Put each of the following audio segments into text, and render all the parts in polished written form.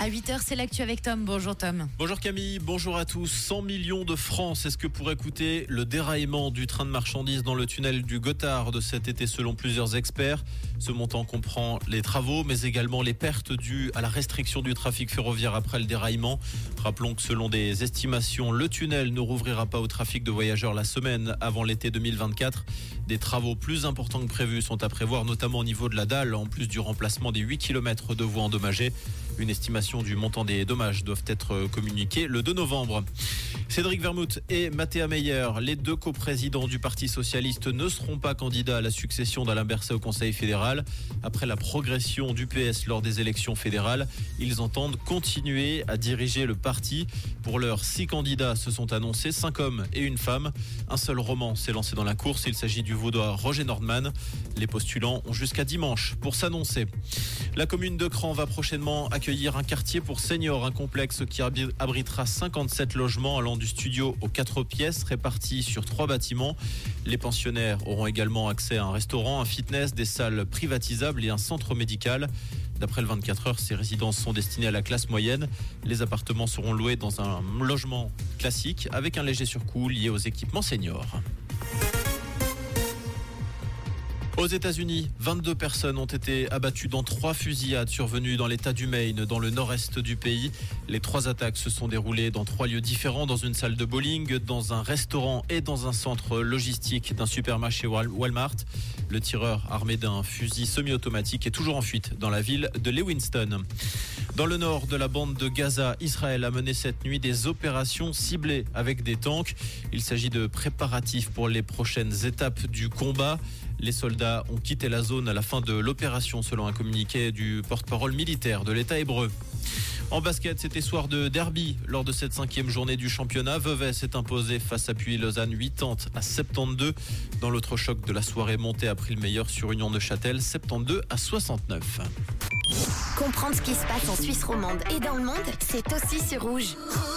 À 8h, c'est l'actu avec Tom. Bonjour Tom. Bonjour Camille, bonjour à tous. 100 millions de francs, c'est ce que pourrait coûter le déraillement du train de marchandises dans le tunnel du Gothard de cet été selon plusieurs experts. Ce montant comprend les travaux mais également les pertes dues à la restriction du trafic ferroviaire après le déraillement. Rappelons que selon des estimations, le tunnel ne rouvrira pas au trafic de voyageurs la semaine avant l'été 2024. Des travaux plus importants que prévus sont à prévoir, notamment au niveau de la dalle, en plus du remplacement des 8 km de voies endommagées. Une estimation du montant des dommages doivent être communiquées le 2 novembre. Cédric Vermouth et Mathéa Meyer, les deux coprésidents du Parti socialiste, ne seront pas candidats à la succession d'Alain Berset au Conseil fédéral. Après la progression du PS lors des élections fédérales, ils entendent continuer à diriger le parti. Pour l'heure, 6 candidats se sont annoncés, 5 hommes et une femme. Un seul roman s'est lancé dans la course, il s'agit du Vaudois Roger Nordman. Les postulants ont jusqu'à dimanche pour s'annoncer. La commune de Cran va prochainement accueillir un quartier pour seniors, un complexe qui abritera 57 logements allant du studio aux 4 pièces répartis sur 3 bâtiments. Les pensionnaires auront également accès à un restaurant, un fitness, des salles privatisables et un centre médical. D'après le 24 heures, ces résidences sont destinées à la classe moyenne. Les appartements seront loués dans un logement classique avec un léger surcoût lié aux équipements seniors. Aux États-Unis, 22 personnes ont été abattues dans 3 fusillades survenues dans l'État du Maine, dans le nord-est du pays. Les 3 attaques se sont déroulées dans 3 lieux différents, dans une salle de bowling, dans un restaurant et dans un centre logistique d'un supermarché Walmart. Le tireur, armé d'un fusil semi-automatique, est toujours en fuite dans la ville de Lewiston. Dans le nord de la bande de Gaza, Israël a mené cette nuit des opérations ciblées avec des tanks. Il s'agit de préparatifs pour les prochaines étapes du combat. Les soldats ont quitté la zone à la fin de l'opération, selon un communiqué du porte-parole militaire de l'État hébreu. En basket, c'était soir de derby. Lors de cette 5e journée du championnat, Vevey s'est imposé face à Puy-Lausanne 80-72. Dans l'autre choc de la soirée, Monté a pris le meilleur sur Union Neuchâtel 72-69. Comprendre ce qui se passe en Suisse romande et dans le monde, c'est aussi sur Rouge.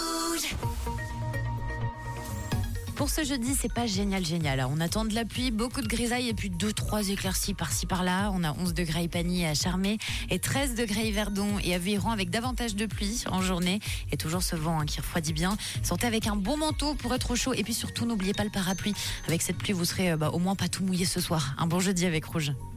Pour ce jeudi, c'est pas génial. On attend de la pluie, beaucoup de grisailles et puis 2-3 éclaircies par-ci par-là. On a 11 degrés à Épagny et à Charmé et 13 degrés à Yverdon et à Vuillerans avec davantage de pluie en journée. Et toujours ce vent qui refroidit bien. Sortez avec un bon manteau pour être au chaud et puis surtout n'oubliez pas le parapluie. Avec cette pluie, vous serez au moins pas tout mouillé ce soir. Un bon jeudi avec Rouge.